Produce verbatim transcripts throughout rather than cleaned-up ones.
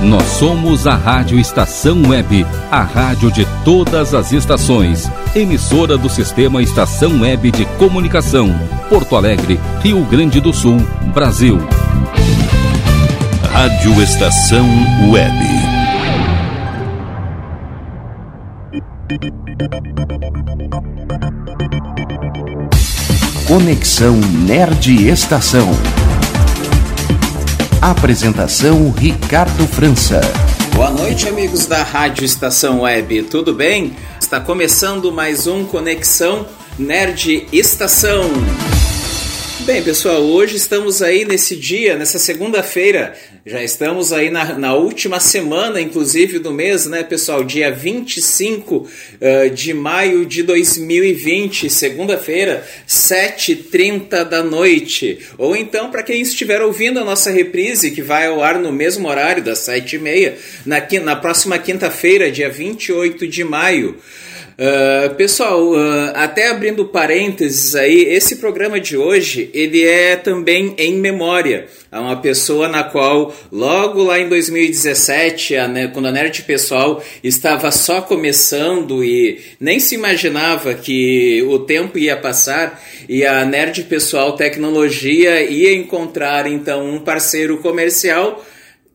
Nós somos a Rádio Estação Web, a rádio de todas as estações. Emissora do Sistema Estação Web de Comunicação. Porto Alegre, Rio Grande do Sul, Brasil. Rádio Estação Web. Conexão Nerd Estação. Apresentação Ricardo França. Boa noite, amigos da Rádio Estação Web, tudo bem? Está começando mais um Conexão Nerd Estação. Bem, pessoal, hoje estamos aí nesse dia, nessa segunda-feira, já estamos aí na, na última semana, inclusive, do mês, né, pessoal? Dia vinte e cinco uh, de maio de dois mil e vinte, segunda-feira, sete e trinta da noite. Ou então, para quem estiver ouvindo a nossa reprise, que vai ao ar no mesmo horário, das sete e meia, na, na próxima quinta-feira, dia vinte e oito de maio. Uh, pessoal, uh, até abrindo parênteses aí, esse programa de hoje, ele é também em memória a uma pessoa na qual, logo lá em dois mil e dezessete, a, né, quando a Nerd Pessoal estava só começando e nem se imaginava que o tempo ia passar e a Nerd Pessoal Tecnologia ia encontrar então um parceiro comercial.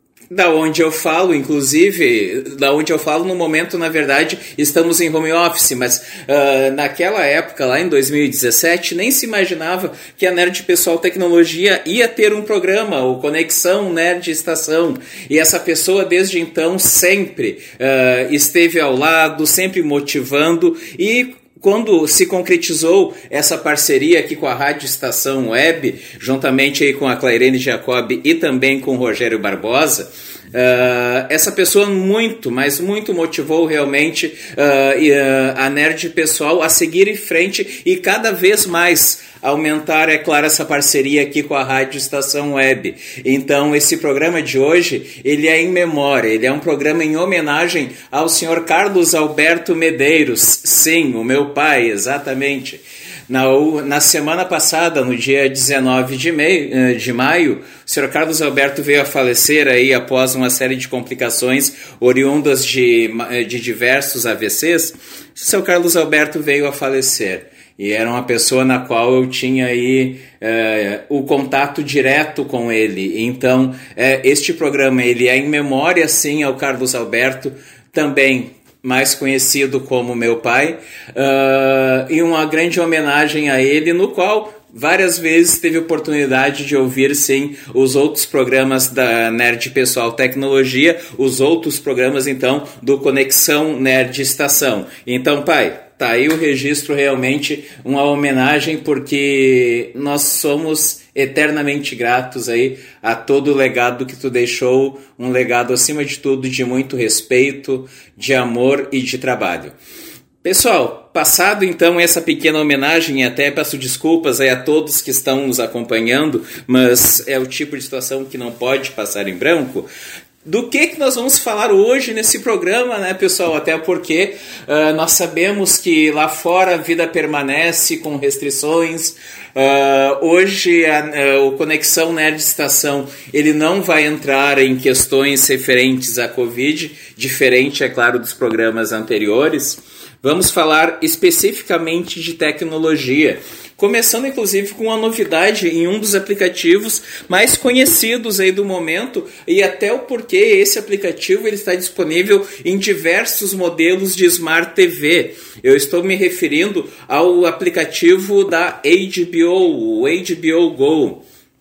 Da onde eu falo, inclusive, da onde eu falo no momento, na verdade, estamos em home office, mas uh, naquela época, lá em dois mil e dezessete, nem se imaginava que a Nerd Pessoal Tecnologia ia ter um programa, o Conexão Nerd Estação, e essa pessoa desde então sempre uh, esteve ao lado, sempre motivando e... Quando se concretizou essa parceria aqui com a Rádio Estação Web, juntamente aí com a Clairene Jacob e também com o Rogério Barbosa, uh, essa pessoa muito, mas muito motivou realmente uh, uh, a Nerd Pessoal a seguir em frente e cada vez mais aumentar, é claro, essa parceria aqui com a Rádio Estação Web. Então, esse programa de hoje, ele é em memória, ele é um programa em homenagem ao senhor Carlos Alberto Medeiros. Sim, o meu pai, exatamente. Na, na semana passada, no dia dezenove de, meio, de maio, o senhor Carlos Alberto veio a falecer aí após uma série de complicações oriundas de, de diversos A V Cs. O senhor Carlos Alberto veio a falecer. E era uma pessoa na qual eu tinha aí é, o contato direto com ele. Então, é, este programa ele é em memória, sim, ao Carlos Alberto, também mais conhecido como meu pai, uh, e uma grande homenagem a ele, no qual várias vezes teve oportunidade de ouvir, sim, os outros programas da Nerd Pessoal Tecnologia, os outros programas, então, do Conexão Nerd Estação. Então, pai... Tá aí o registro, realmente uma homenagem, porque nós somos eternamente gratos aí a todo o legado que tu deixou, um legado acima de tudo de muito respeito, de amor e de trabalho. Pessoal, passado então essa pequena homenagem, e até peço desculpas aí a todos que estão nos acompanhando, mas é o tipo de situação que não pode passar em branco. Do que, que nós vamos falar hoje nesse programa, né, pessoal? Até porque uh, nós sabemos que lá fora a vida permanece com restrições. Uh, hoje a, uh, o Conexão Nerd Estação ele não vai entrar em questões referentes à Covid, diferente, é claro, dos programas anteriores. Vamos falar especificamente de tecnologia. Começando, inclusive, com uma novidade em um dos aplicativos mais conhecidos aí do momento, e até o porquê esse aplicativo ele está disponível em diversos modelos de Smart T V. Eu estou me referindo ao aplicativo da H B O, o H B O Go.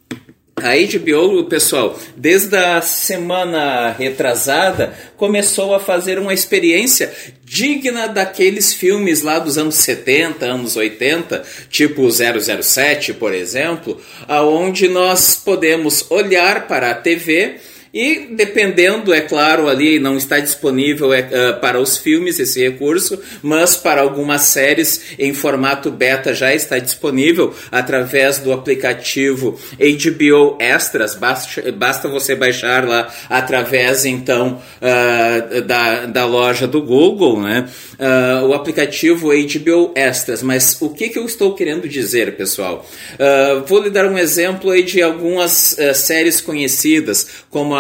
A H B O, pessoal, desde a semana retrasada, começou a fazer uma experiência digna daqueles filmes lá dos anos setenta, anos oitenta, tipo zero zero sete, por exemplo, aonde nós podemos olhar para a T V e, dependendo, é claro, ali não está disponível é, uh, para os filmes esse recurso, mas para algumas séries em formato beta já está disponível através do aplicativo H B O Extras. Basta, basta você baixar lá através, então, uh, da, da loja do Google, né? Uh, o aplicativo H B O Extras. Mas o que, que eu estou querendo dizer, pessoal? Uh, vou lhe dar um exemplo aí de algumas uh, séries conhecidas, como a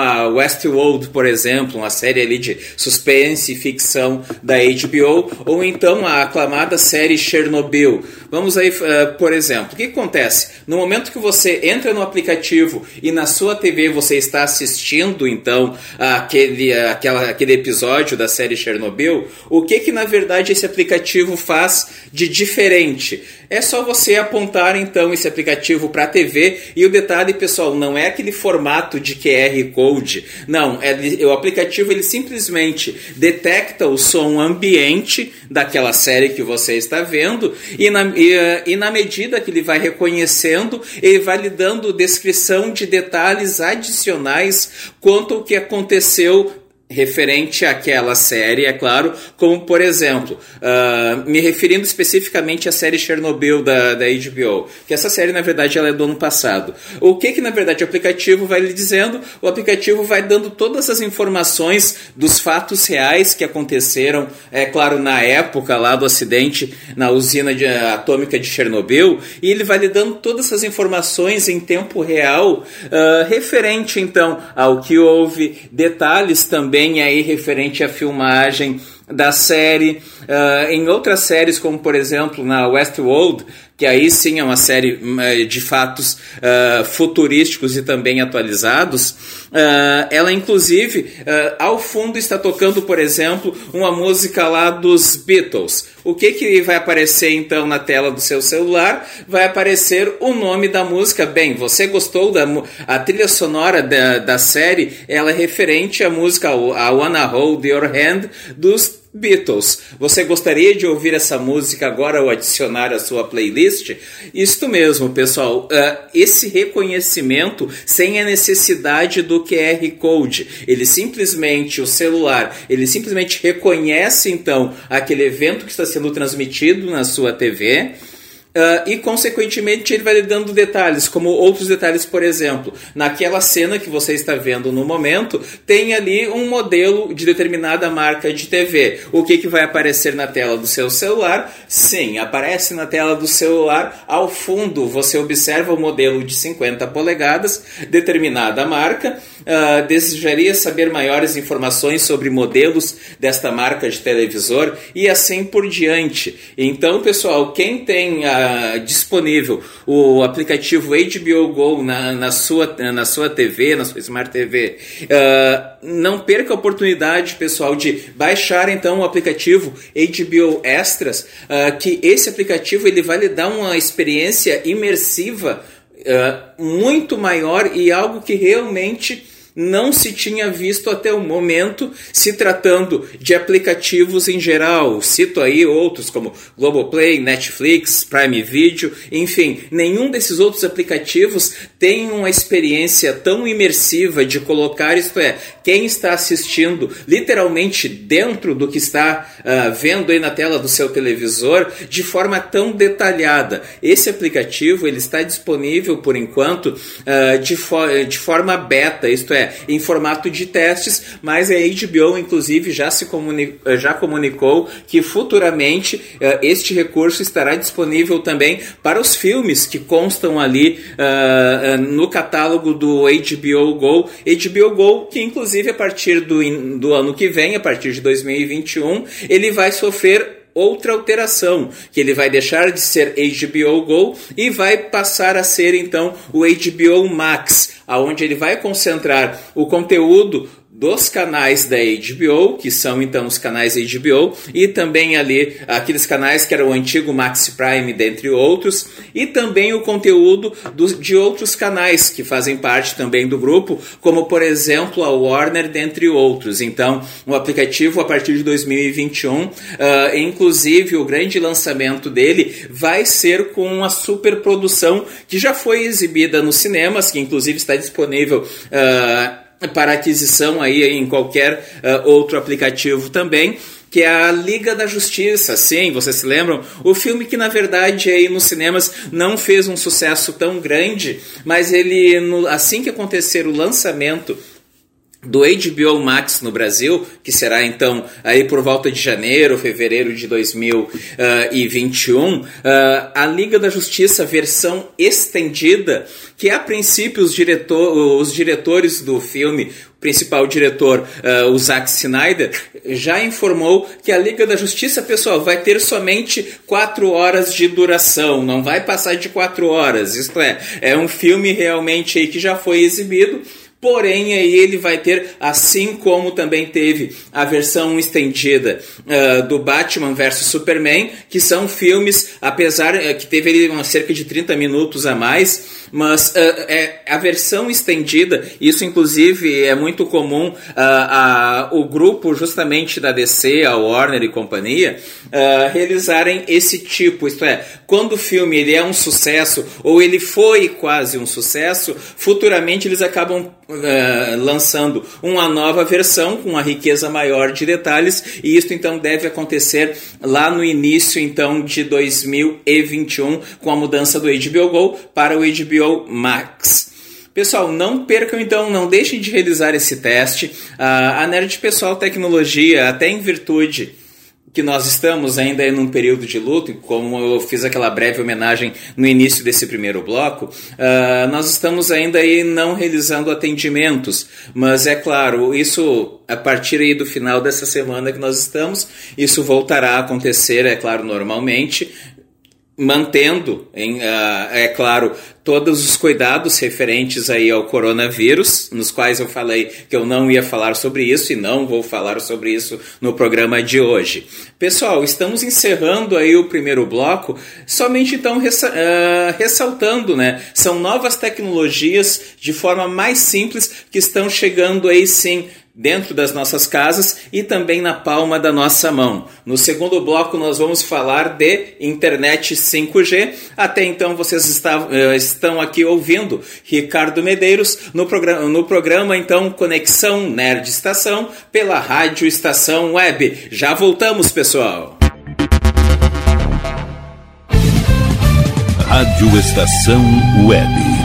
a Westworld, por exemplo, uma série ali de suspense e ficção da H B O, ou então a aclamada série Chernobyl. Vamos aí, uh, por exemplo, o que acontece? No momento que você entra no aplicativo e na sua T V você está assistindo, então, aquele, aquela, aquele episódio da série Chernobyl, o que que, na verdade, esse aplicativo faz de diferente? É só você apontar, então, esse aplicativo para a T V, e o detalhe, pessoal, não é aquele formato de Q R Code, não, é, o aplicativo ele simplesmente detecta o som ambiente daquela série que você está vendo, e na, e, e na medida que ele vai reconhecendo, ele vai lhe dando descrição de detalhes adicionais quanto ao que aconteceu referente àquela série, é claro, como por exemplo, uh, me referindo especificamente à série Chernobyl da, da H B O, que essa série na verdade ela é do ano passado. O que que na verdade o aplicativo vai lhe dizendo? O aplicativo vai dando todas as informações dos fatos reais que aconteceram, é claro, na época lá do acidente na usina de, atômica de Chernobyl, e ele vai lhe dando todas essas informações em tempo real, uh, referente então ao que houve, detalhes também aí referente à filmagem da série, uh, em outras séries como por exemplo na Westworld, que aí sim é uma série uh, de fatos uh, futurísticos e também atualizados, uh, ela inclusive uh, ao fundo está tocando, por exemplo, uma música lá dos Beatles. O que que vai aparecer então na tela do seu celular? Vai aparecer o nome da música. Bem, você gostou da a trilha sonora da, da série? Ela é referente à música I Wanna Hold Your Hand dos Beatles. Você gostaria de ouvir essa música agora ou adicionar à sua playlist? Isto mesmo, pessoal. Uh, esse reconhecimento sem a necessidade do Q R Code. Ele simplesmente, o celular, ele simplesmente reconhece então aquele evento que está sendo transmitido na sua T V. Uh, e, consequentemente, ele vai lhe dando detalhes, como outros detalhes, por exemplo, naquela cena que você está vendo no momento, tem ali um modelo de determinada marca de T V. O que, que vai aparecer na tela do seu celular? Sim, aparece na tela do celular, ao fundo você observa o modelo de cinquenta polegadas, determinada marca. Uh, desejaria saber maiores informações sobre modelos desta marca de televisor e assim por diante. Então, pessoal, quem tem uh, disponível o aplicativo H B O Go na, na, sua, na sua T V, na sua Smart T V, uh, não perca a oportunidade, pessoal, de baixar então o aplicativo H B O Extras, uh, que esse aplicativo ele vai lhe dar uma experiência imersiva uh, muito maior e algo que realmente não se tinha visto até o momento, se tratando de aplicativos em geral. Cito aí outros como Globoplay, Netflix, Prime Video, enfim, nenhum desses outros aplicativos tem uma experiência tão imersiva de colocar, isto é, quem está assistindo literalmente dentro do que está uh, vendo aí na tela do seu televisor de forma tão detalhada. Esse aplicativo ele está disponível por enquanto uh, de, fo- de forma beta, isto é, em formato de testes, mas a H B O inclusive já se comuni- já comunicou que futuramente uh, este recurso estará disponível também para os filmes que constam ali uh, uh, no catálogo do H B O Go. H B O Go, que inclusive a partir do, do ano que vem, a partir de dois mil e vinte e um, ele vai sofrer outra alteração, que ele vai deixar de ser H B O Go e vai passar a ser então o H B O Max, aonde ele vai concentrar o conteúdo dos canais da H B O, que são então os canais H B O, e também ali aqueles canais que eram o antigo Max Prime, dentre outros, e também o conteúdo do, de outros canais que fazem parte também do grupo, como por exemplo a Warner, dentre outros. Então, o aplicativo a partir de dois mil e vinte e um, uh, inclusive o grande lançamento dele vai ser com uma superprodução que já foi exibida nos cinemas, que inclusive está disponível uh, para aquisição aí em qualquer uh, outro aplicativo também, que é a Liga da Justiça. Sim, vocês se lembram? O filme que na verdade aí nos cinemas não fez um sucesso tão grande, mas ele, no, assim que acontecer o lançamento do H B O Max no Brasil, que será então aí por volta de janeiro, fevereiro de dois mil e vinte e um, uh, a Liga da Justiça versão estendida, que a princípio os, diretor, os diretores do filme, o principal diretor, uh, o Zack Snyder, já informou que a Liga da Justiça, pessoal, vai ter somente quatro horas de duração, não vai passar de quatro horas, isto é, é um filme realmente aí que já foi exibido. Porém, aí ele vai ter, assim como também teve a versão estendida uh, do Batman versus Superman, que são filmes, apesar uh, que teve ali uma, cerca de trinta minutos a mais, mas uh, é, a versão estendida, isso inclusive é muito comum, uh, a, o grupo justamente da D C, a Warner e companhia, uh, realizarem esse tipo, isto é, quando o filme ele é um sucesso, ou ele foi quase um sucesso, futuramente eles acabam Uh, lançando uma nova versão com uma riqueza maior de detalhes, e isso então deve acontecer lá no início então de dois mil e vinte e um, com a mudança do H B O Go para o H B O Max. Pessoal, não percam então, não deixem de realizar esse teste. Uh, a Nerd Pessoal Tecnologia, até em virtude que nós estamos ainda num período de luto, como eu fiz aquela breve homenagem no início desse primeiro bloco, uh, nós estamos ainda aí não realizando atendimentos, mas é claro, isso a partir aí do final dessa semana que nós estamos, isso voltará a acontecer, é claro, normalmente, mantendo, em, uh, é claro, todos os cuidados referentes aí ao coronavírus, nos quais eu falei que eu não ia falar sobre isso e não vou falar sobre isso no programa de hoje. Pessoal, estamos encerrando aí o primeiro bloco, somente então ressa- uh, ressaltando, né? São novas tecnologias de forma mais simples que estão chegando aí sim dentro das nossas casas e também na palma da nossa mão. No segundo bloco nós vamos falar de internet cinco G. Até então vocês está, uh, estão aqui ouvindo Ricardo Medeiros no programa, no programa então Conexão Nerd Estação pela Rádio Estação Web. Já voltamos, pessoal. Rádio Estação Web.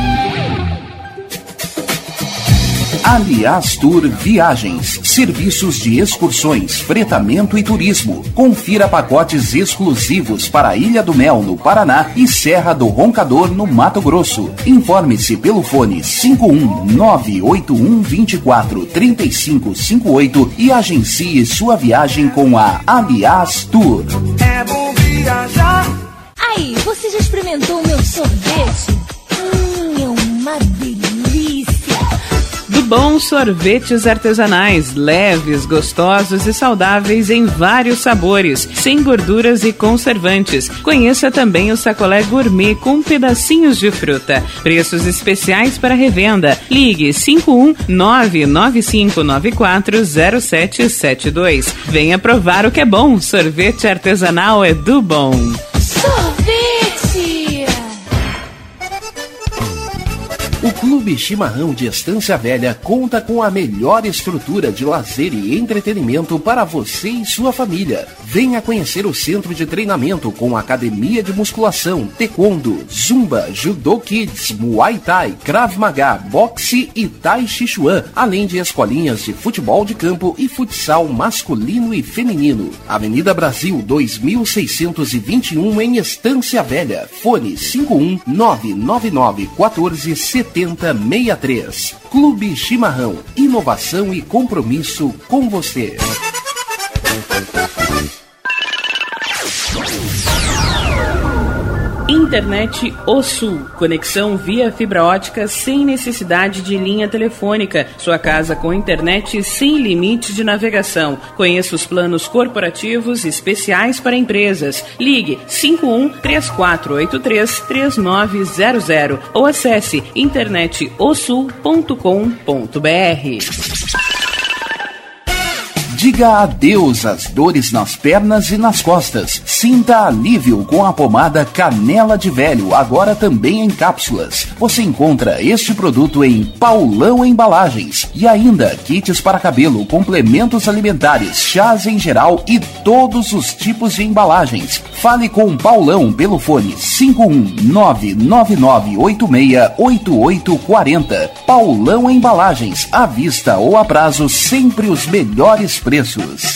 Aliás Tour Viagens, serviços de excursões, fretamento e turismo. Confira pacotes exclusivos para a Ilha do Mel, no Paraná, e Serra do Roncador, no Mato Grosso. Informe-se pelo fone cinco um nove oito um dois quatro três cinco cinco oito e agencie sua viagem com a Aliás Tour. É bom viajar. Aí, você já experimentou o meu sorvete? Hum, é uma delícia. Do Bom Sorvetes Artesanais, leves, gostosos e saudáveis em vários sabores, sem gorduras e conservantes. Conheça também o sacolé gourmet com pedacinhos de fruta. Preços especiais para revenda. Ligue cinco um nove nove cinco nove quatro zero sete sete dois. Venha provar o que é bom. Sorvete artesanal é do Bom. Sorvete! O Clube Chimarrão de Estância Velha conta com a melhor estrutura de lazer e entretenimento para você e sua família. Venha conhecer o centro de treinamento com academia de musculação, taekwondo, zumba, judô kids, muay thai, krav maga, boxe e tai chi chuan, além de escolinhas de futebol de campo e futsal masculino e feminino. Avenida Brasil dois mil seiscentos e vinte e um em Estância Velha. Fone cinco um nove nove nove um quatro sete zero seis três. Clube Chimarrão, inovação e compromisso com você. Internet O Sul. Conexão via fibra ótica sem necessidade de linha telefônica. Sua casa com internet sem limite de navegação. Conheça os planos corporativos especiais para empresas. Ligue cinco um três quatro oito três três nove zero zero ou acesse internet o sul ponto com ponto b r. Diga adeus às dores nas pernas e nas costas. Sinta alívio com a pomada Canela de Velho, agora também em cápsulas. Você encontra este produto em Paulão Embalagens. E ainda, kits para cabelo, complementos alimentares, chás em geral e todos os tipos de embalagens. Fale com Paulão pelo fone cinco um nove nove nove oito seis oito oito quatro zero. Paulão Embalagens, à vista ou a prazo, sempre os melhores preços.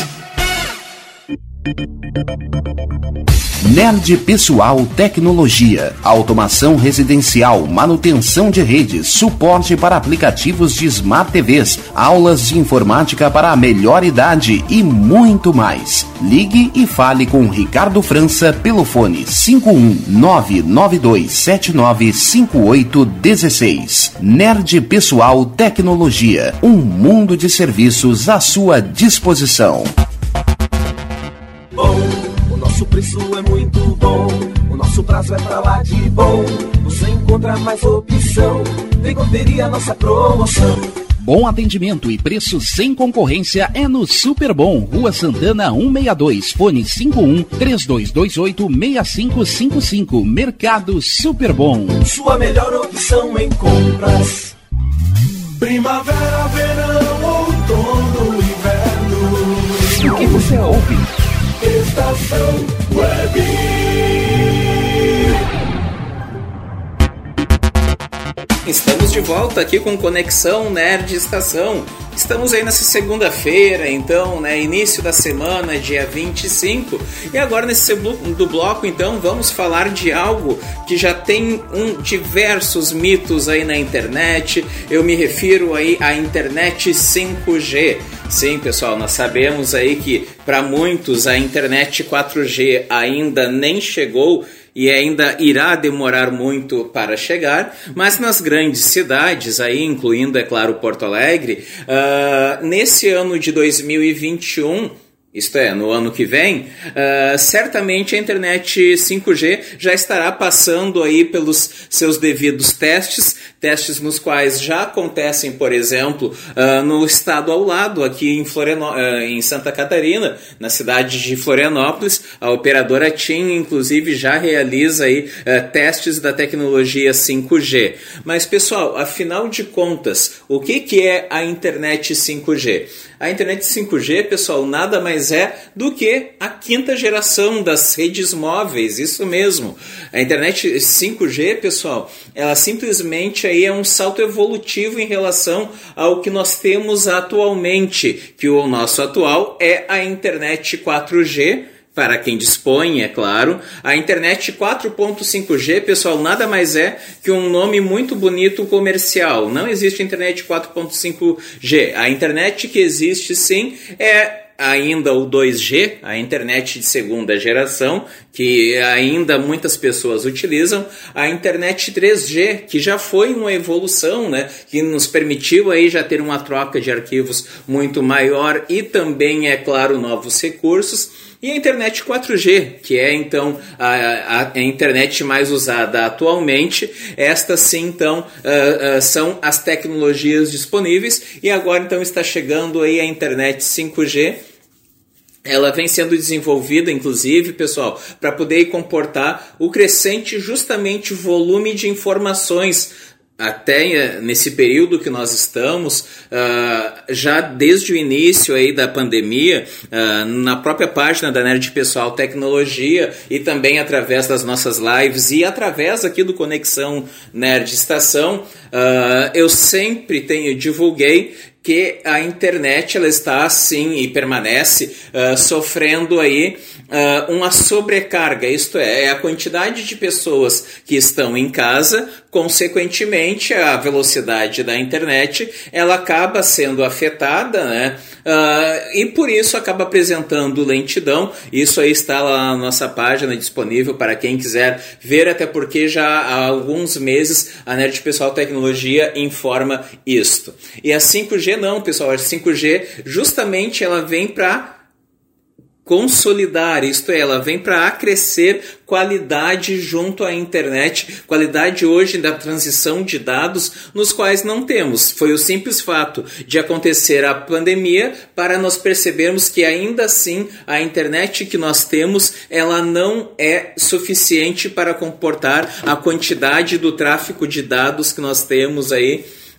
Nerd Pessoal Tecnologia, automação residencial, manutenção de redes, suporte para aplicativos de Smart T Vs, aulas de informática para a melhor idade e muito mais. Ligue e fale com Ricardo França pelo fone cinco um nove nove dois sete nove cinco oito um seis. Nerd Pessoal Tecnologia, um mundo de serviços à sua disposição. Bom, o nosso preço é muito bom, o nosso prazo é pra lá de bom. Você encontra mais opção, vem conferir a nossa promoção. Bom atendimento e preço sem concorrência é no Super Bom, Rua Santana cento e sessenta e dois, fone cinco um três dois dois oito seis cinco cinco cinco, Mercado Super Bom. Sua melhor opção em compras. Primavera, verão, outono, inverno. O que você ouve? Estação Web. Estamos de volta aqui com Conexão Nerd Estação. Estamos aí nessa segunda-feira, então, né, início da semana, dia vinte e cinco. E agora nesse do bloco, então, vamos falar de algo que já tem um, diversos mitos aí na internet. Eu me refiro aí à internet cinco G. Sim, pessoal, nós sabemos aí que para muitos a internet quatro G ainda nem chegou e ainda irá demorar muito para chegar, mas nas grandes cidades, aí, incluindo, é claro, Porto Alegre, uh, nesse ano de dois mil e vinte e um, isto é, no ano que vem, uh, certamente a internet cinco G já estará passando aí pelos seus devidos testes, testes nos quais já acontecem, por exemplo, uh, no estado ao lado, aqui em, Florianó- uh, em Santa Catarina, na cidade de Florianópolis. A operadora TIM, inclusive, já realiza aí, uh, testes da tecnologia cinco G. Mas, pessoal, afinal de contas, o que, que é a internet cinco G? A internet cinco G, pessoal, nada mais é do que a quinta geração das redes móveis, isso mesmo. A internet cinco G, pessoal, ela simplesmente aí é um salto evolutivo em relação ao que nós temos atualmente, que o nosso atual é a internet quatro G, para quem dispõe, é claro. A internet quatro ponto cinco G, pessoal, nada mais é que um nome muito bonito comercial. Não existe internet quatro ponto cinco G. A internet que existe, sim, é ainda o dois G, a internet de segunda geração, que ainda muitas pessoas utilizam, a internet três G, que já foi uma evolução, né, que nos permitiu aí já ter uma troca de arquivos muito maior e também, é claro, novos recursos. E a internet quatro G, que é então a, a, a internet mais usada atualmente. Estas sim, então, uh, uh, são as tecnologias disponíveis. E agora então está chegando aí a internet cinco G. Ela vem sendo desenvolvida, inclusive, pessoal, para poder comportar o crescente justamente volume de informações. Até nesse período que nós estamos, uh, já desde o início aí da pandemia, uh, na própria página da Nerd Pessoal Tecnologia e também através das nossas lives e através aqui do Conexão Nerd Estação, uh, eu sempre tenho, divulguei que a internet ela está assim e permanece uh, sofrendo aí uh, uma sobrecarga, isto é, é a quantidade de pessoas que estão em casa, consequentemente a velocidade da internet ela acaba sendo afetada, né? Uh, e por isso acaba apresentando lentidão. Isso aí está lá na nossa página disponível para quem quiser ver, até porque já há alguns meses a Nerd Pessoal Tecnologia informa isto. E a cinco G não, pessoal, a cinco G justamente ela vem para consolidar, isto é, ela vem para acrescer qualidade junto à internet, qualidade hoje da transição de dados nos quais não temos. Foi o simples fato de acontecer a pandemia para nós percebermos que ainda assim a internet que nós temos, ela não é suficiente para comportar a quantidade do tráfego de dados que nós temos aí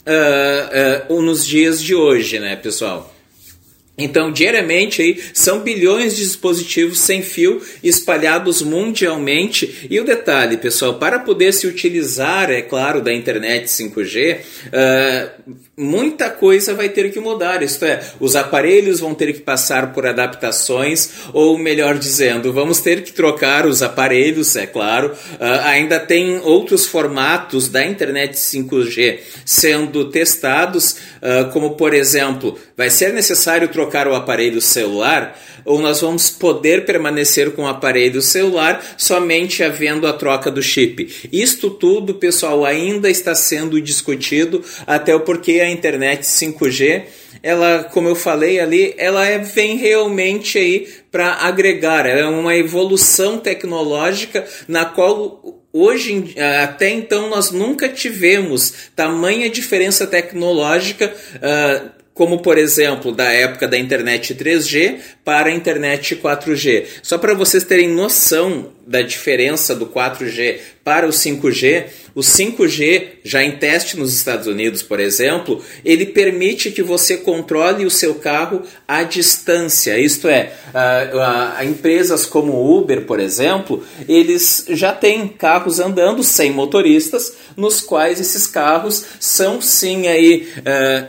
uh, uh, nos dias de hoje, né, pessoal? Então, diariamente, aí, são bilhões de dispositivos sem fio espalhados mundialmente. E o detalhe, pessoal, para poder se utilizar, é claro, da internet cinco G, uh, muita coisa vai ter que mudar. Isto é, os aparelhos vão ter que passar por adaptações, ou melhor dizendo, vamos ter que trocar os aparelhos, é claro. Uh, ainda tem outros formatos da internet cinco G sendo testados, uh, como, por exemplo, vai ser necessário trocar trocar o aparelho celular, ou nós vamos poder permanecer com o aparelho celular somente havendo a troca do chip. Isto tudo, pessoal, ainda está sendo discutido, até o porquê a internet cinco G, ela, como eu falei ali, ela é, vem realmente aí para agregar, ela é uma evolução tecnológica na qual hoje, até então, nós nunca tivemos tamanha diferença tecnológica, uh, como, por exemplo, da época da internet três G para a internet quatro G. Só para vocês terem noção da diferença do quatro G para o cinco G, o cinco G, já em teste nos Estados Unidos, por exemplo, ele permite que você controle o seu carro à distância. Isto é, a, a, a empresas como o Uber, por exemplo, eles já têm carros andando sem motoristas, nos quais esses carros são sim aí... Uh,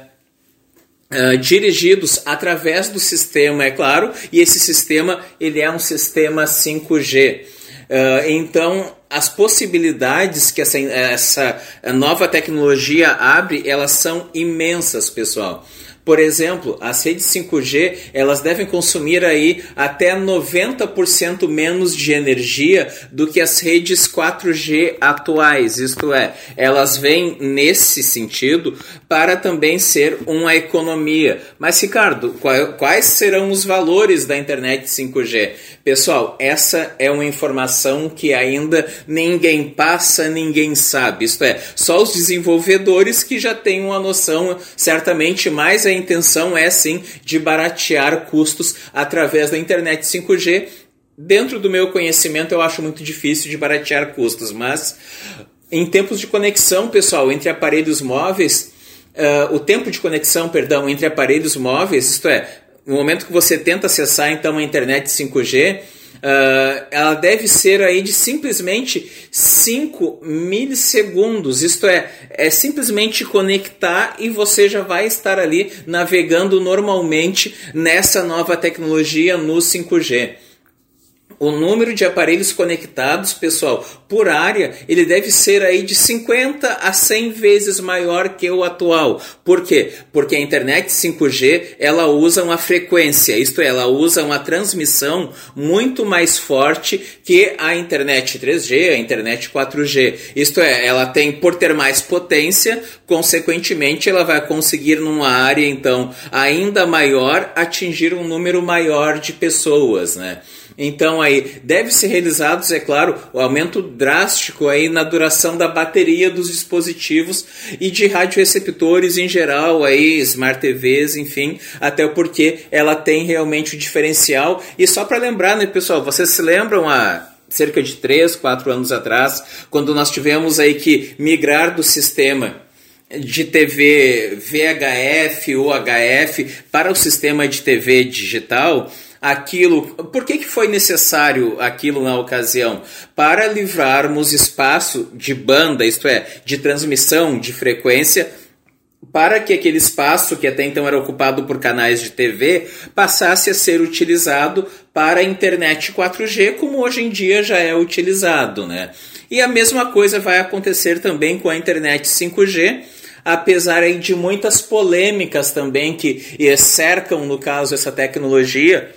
Uh, dirigidos através do sistema, é claro, e esse sistema ele é um sistema cinco G. Uh, então, as possibilidades que essa, essa nova tecnologia abre, elas são imensas, pessoal. Por exemplo, as redes cinco G, elas devem consumir aí até noventa por cento menos de energia do que as redes quatro G atuais. Isto é, elas vêm nesse sentido para também ser uma economia. Mas, Ricardo, quais serão os valores da internet cinco G? Pessoal, essa é uma informação que ainda ninguém passa, ninguém sabe. Isto é, só os desenvolvedores que já têm uma noção, certamente mais a intenção é sim de baratear custos através da internet cinco G. Dentro do meu conhecimento eu acho muito difícil de baratear custos, mas em tempos de conexão, pessoal, entre aparelhos móveis, uh, o tempo de conexão, perdão, entre aparelhos móveis, isto é, no momento que você tenta acessar então a internet cinco G, Uh, ela deve ser aí de simplesmente cinco milissegundos, isto é, é simplesmente conectar e você já vai estar ali navegando normalmente nessa nova tecnologia no cinco G. O número de aparelhos conectados, pessoal, por área, ele deve ser aí de cinquenta a cem vezes maior que o atual. Por quê? Porque a internet cinco G, ela usa uma frequência, isto é, ela usa uma transmissão muito mais forte que a internet três G, a internet quatro G. Isto é, ela tem, por ter mais potência, consequentemente, ela vai conseguir numa área, então, ainda maior, atingir um número maior de pessoas, né? Então, aí, deve ser realizados, é claro, o aumento drástico aí na duração da bateria dos dispositivos e de radioreceptores em geral, aí, Smart T Vs, enfim, até porque ela tem realmente o diferencial. E só para lembrar, né, pessoal, vocês se lembram há cerca de três, quatro anos atrás, quando nós tivemos aí que migrar do sistema de T V V H F ou U H F para o sistema de T V digital? Aquilo, por que, que foi necessário aquilo na ocasião? Para livrarmos espaço de banda, isto é, de transmissão de frequência, para que aquele espaço que até então era ocupado por canais de T V passasse a ser utilizado para a internet quatro G, como hoje em dia já é utilizado, né? E a mesma coisa vai acontecer também com a internet cinco G, apesar aí de muitas polêmicas também que cercam, no caso, essa tecnologia,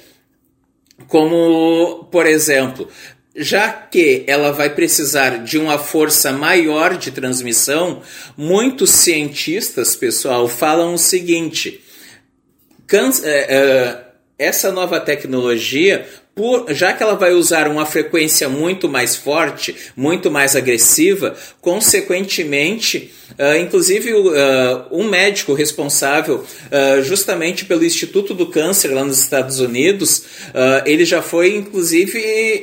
como, por exemplo, já que ela vai precisar de uma força maior de transmissão, muitos cientistas, pessoal, falam o seguinte: can, é, é, essa nova tecnologia, por, já que ela vai usar uma frequência muito mais forte, muito mais agressiva, consequentemente, uh, inclusive uh, um médico responsável uh, justamente pelo Instituto do Câncer lá nos Estados Unidos, uh, ele já foi inclusive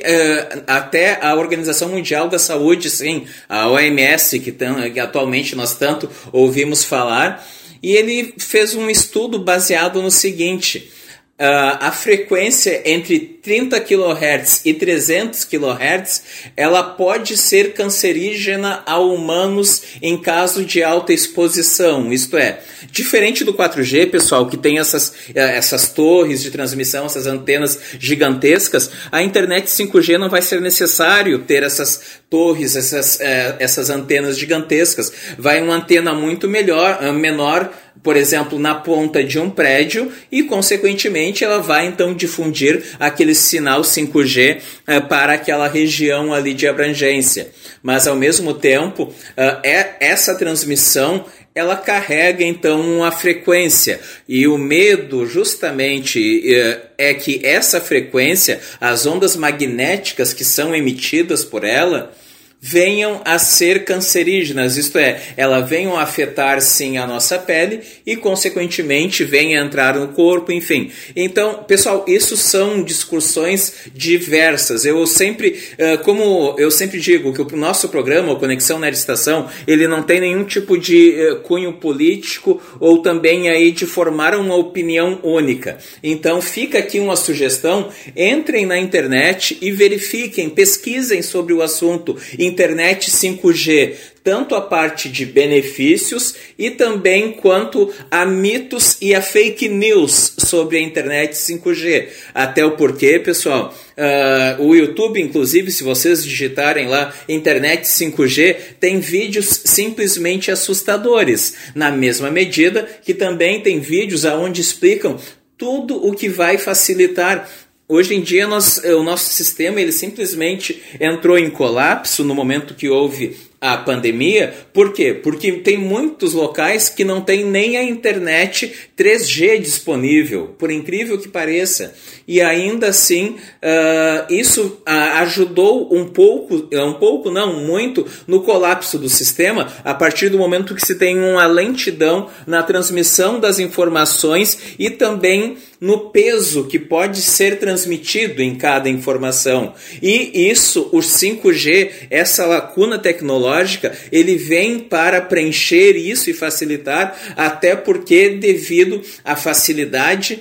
uh, até a Organização Mundial da Saúde, sim, a O M S, que, tam, que atualmente nós tanto ouvimos falar, e ele fez um estudo baseado no seguinte: Uh, a frequência entre trinta quilohertz e trezentos quilohertz, ela pode ser cancerígena a humanos em caso de alta exposição. Isto é, diferente do quatro G, pessoal, que tem essas, essas torres de transmissão, essas antenas gigantescas, a internet cinco G não vai ser necessário ter essas torres, essas, eh, essas antenas gigantescas. Vai uma antena muito melhor, menor, por exemplo, na ponta de um prédio, e, consequentemente, ela vai, então, difundir aquele sinal cinco G uh, para aquela região ali de abrangência. Mas, ao mesmo tempo, uh, é, essa transmissão, ela carrega, então, uma frequência. E o medo, justamente, uh, é que essa frequência, as ondas magnéticas que são emitidas por ela, venham a ser cancerígenas, isto é, elas venham a afetar sim a nossa pele e, consequentemente, venham a entrar no corpo, enfim. Então, pessoal, isso são discussões diversas. Eu sempre, como eu sempre digo, que o nosso programa, o Conexão Nerd Estação, ele não tem nenhum tipo de cunho político ou também aí de formar uma opinião única. Então, fica aqui uma sugestão: entrem na internet e verifiquem, pesquisem sobre o assunto internet cinco G, tanto a parte de benefícios e também quanto a mitos e a fake news sobre a internet cinco G. Até o porquê, pessoal, uh, o YouTube, inclusive, se vocês digitarem lá internet cinco G, tem vídeos simplesmente assustadores, na mesma medida que também tem vídeos onde explicam tudo o que vai facilitar. Hoje em dia, nós, o nosso sistema ele simplesmente entrou em colapso no momento que houve a pandemia. Por quê? Porque tem muitos locais que não tem nem a internet três G disponível, por incrível que pareça. E ainda assim, uh, isso uh, ajudou um pouco, um pouco não, muito, no colapso do sistema, a partir do momento que se tem uma lentidão na transmissão das informações e também no peso que pode ser transmitido em cada informação. E isso, o cinco G, essa lacuna tecnológica, ele vem para preencher isso e facilitar, até porque devido à facilidade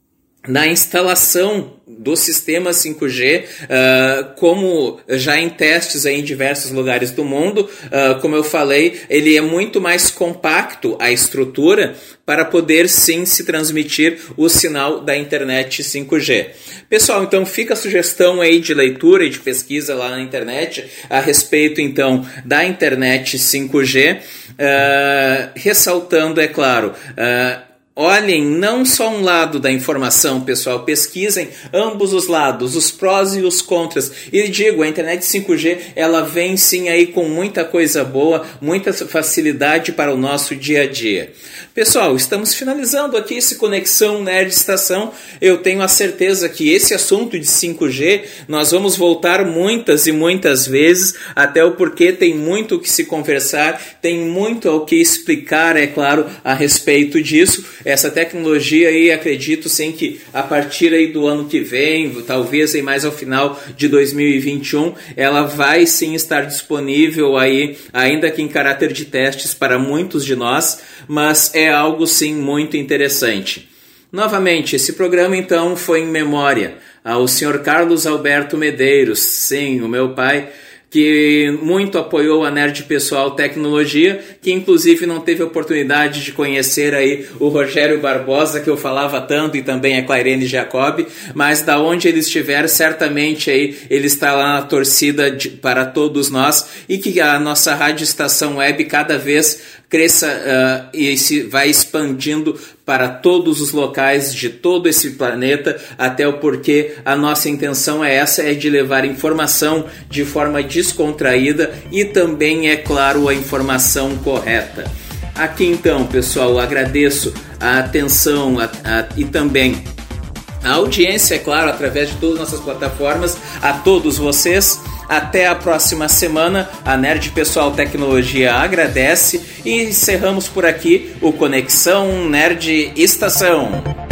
na instalação do sistema cinco G, uh, como já em testes aí em diversos lugares do mundo, uh, como eu falei, ele é muito mais compacto, a estrutura, para poder sim se transmitir o sinal da internet cinco G. Pessoal, então fica a sugestão aí de leitura e de pesquisa lá na internet a respeito então da internet cinco G, uh, ressaltando, é claro, uh, olhem não só um lado da informação, pessoal, pesquisem ambos os lados, os prós e os contras. E digo, a internet cinco G, ela vem sim aí com muita coisa boa, muita facilidade para o nosso dia a dia. Pessoal, estamos finalizando aqui esse Conexão Nerd Estação. Eu tenho a certeza que esse assunto de cinco G nós vamos voltar muitas e muitas vezes, até o porquê tem muito o que se conversar, tem muito o que explicar, é claro, a respeito disso. Essa tecnologia aí, acredito sim que a partir aí do ano que vem, talvez aí mais ao final de dois mil e vinte e um, ela vai sim estar disponível aí, ainda que em caráter de testes para muitos de nós, mas é algo sim muito interessante. Novamente, esse programa então foi em memória ao senhor Carlos Alberto Medeiros, sim, o meu pai, que muito apoiou a Nerd Pessoal Tecnologia, que inclusive não teve oportunidade de conhecer aí o Rogério Barbosa, que eu falava tanto, e também a Clairene Jacob, mas da onde ele estiver, certamente aí ele está lá na torcida de, para todos nós, e que a nossa rádio estação web cada vez cresça uh, e se vai expandindo para todos os locais de todo esse planeta, até o porquê a nossa intenção é essa, é de levar informação de forma descontraída e também, é claro, a informação correta. Aqui então, pessoal, agradeço a atenção a, a, e também a audiência, é claro, através de todas as nossas plataformas, a todos vocês. Até a próxima semana. A Nerd Pessoal Tecnologia agradece e encerramos por aqui o Conexão Nerd Estação.